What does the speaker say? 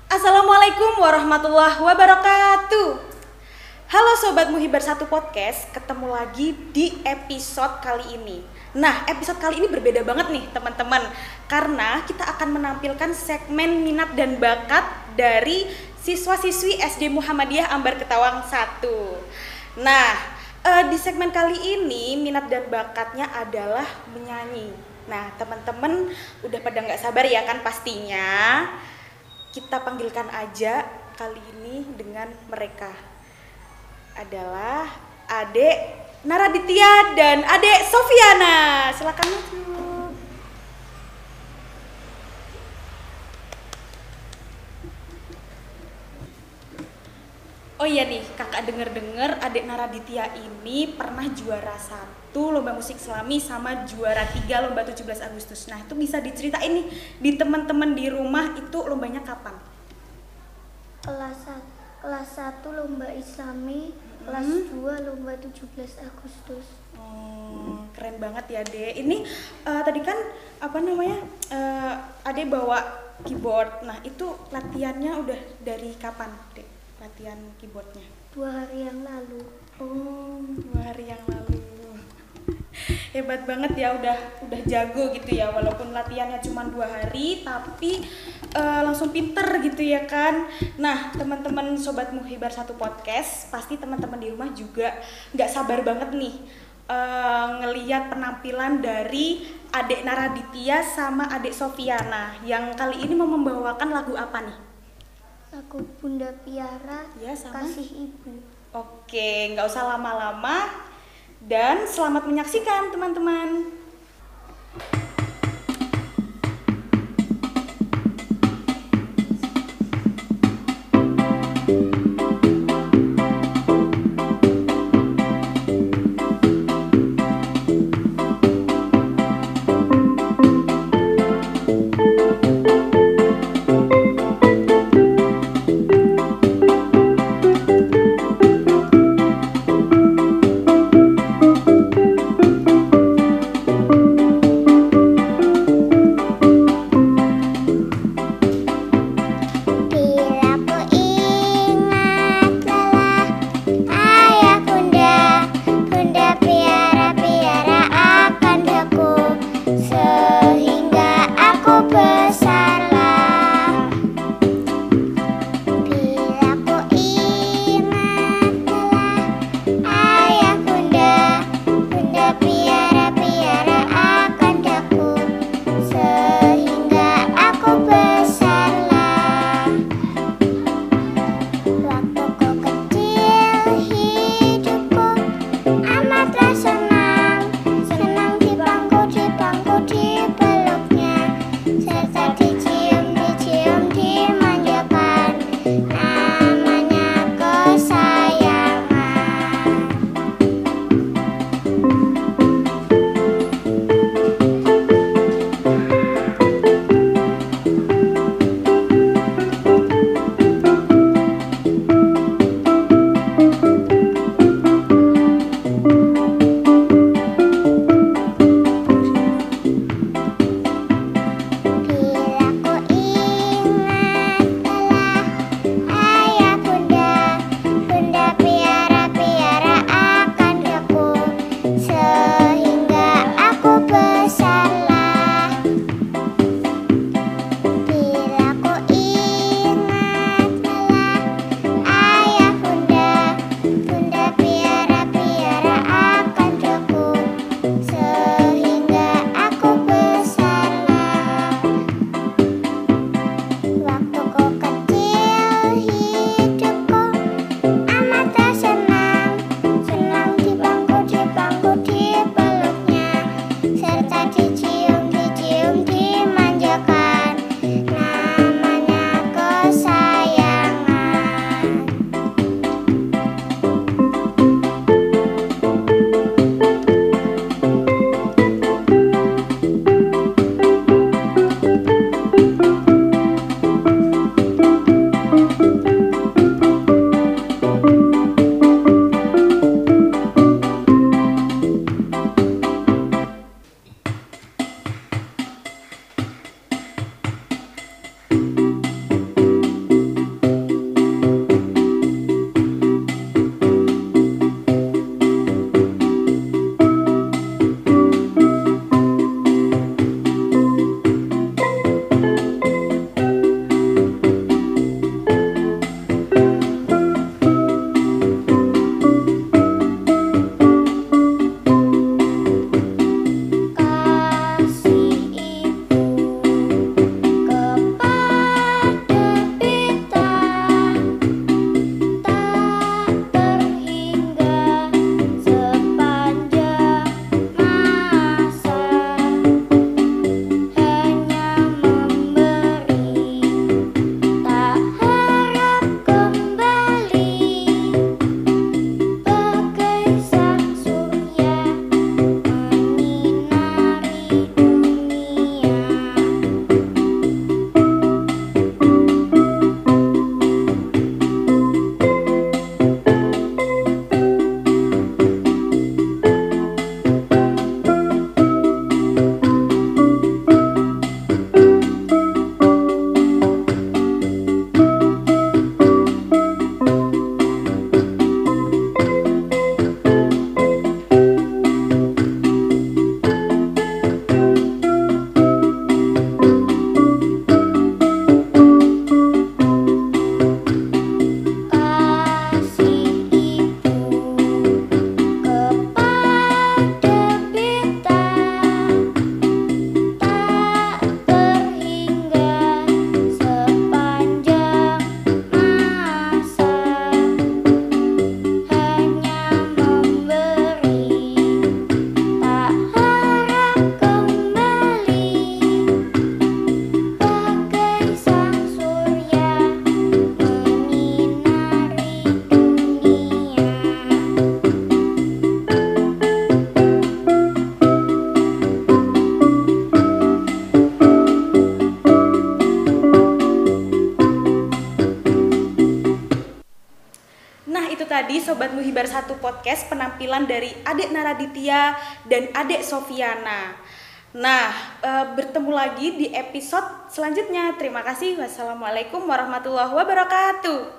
Assalamualaikum warahmatullahi wabarakatuh. Halo Sobat Muhibar Satu Podcast, ketemu lagi di episode kali ini. Nah, episode kali ini berbeda banget nih teman-teman, karena kita akan menampilkan segmen minat dan bakat dari siswa-siswi SD Muhammadiyah Ambar Ketawang 1. Nah, di segmen kali ini minat dan bakatnya adalah menyanyi. Nah, teman-teman udah pada nggak sabar ya kan pastinya. Kita panggilkan aja kali ini dengan mereka adalah Adek Naraditya dan Adek Sofiana. Silakan maju. Oh iya nih, kakak denger-denger Adek Naraditya ini pernah juara 1 lomba musik Islami sama juara 3 lomba 17 Agustus. Nah, itu bisa diceritain nih di teman-teman di rumah itu lombanya kapan? Kelas 1 lomba Islami, kelas 2 lomba 17 Agustus. Keren banget ya, Dek. Ini tadi kan Adek bawa keyboard. Nah, itu latihannya udah dari kapan, Dek? Latihan keyboardnya? 2 hari yang lalu. Oh, 2 hari yang lalu. Hebat banget ya, udah jago gitu ya, walaupun latihannya cuma 2 hari tapi langsung pinter gitu ya kan. Nah, teman-teman Sobat Muhibar Satu Podcast, pasti teman-teman di rumah juga nggak sabar banget nih ngelihat penampilan dari Adek Naraditya sama Adek Sofiana yang kali ini mau membawakan lagu apa nih? Lagu Bunda Piara, Ya, sama? Kasih Ibu. Oke, nggak usah lama-lama dan selamat menyaksikan teman-teman. tadi Sobat Muhibar 1 Podcast penampilan dari Adek Naraditya dan Adek Sofiana. Nah, bertemu lagi di episode selanjutnya. Terima kasih. Wassalamualaikum warahmatullahi wabarakatuh.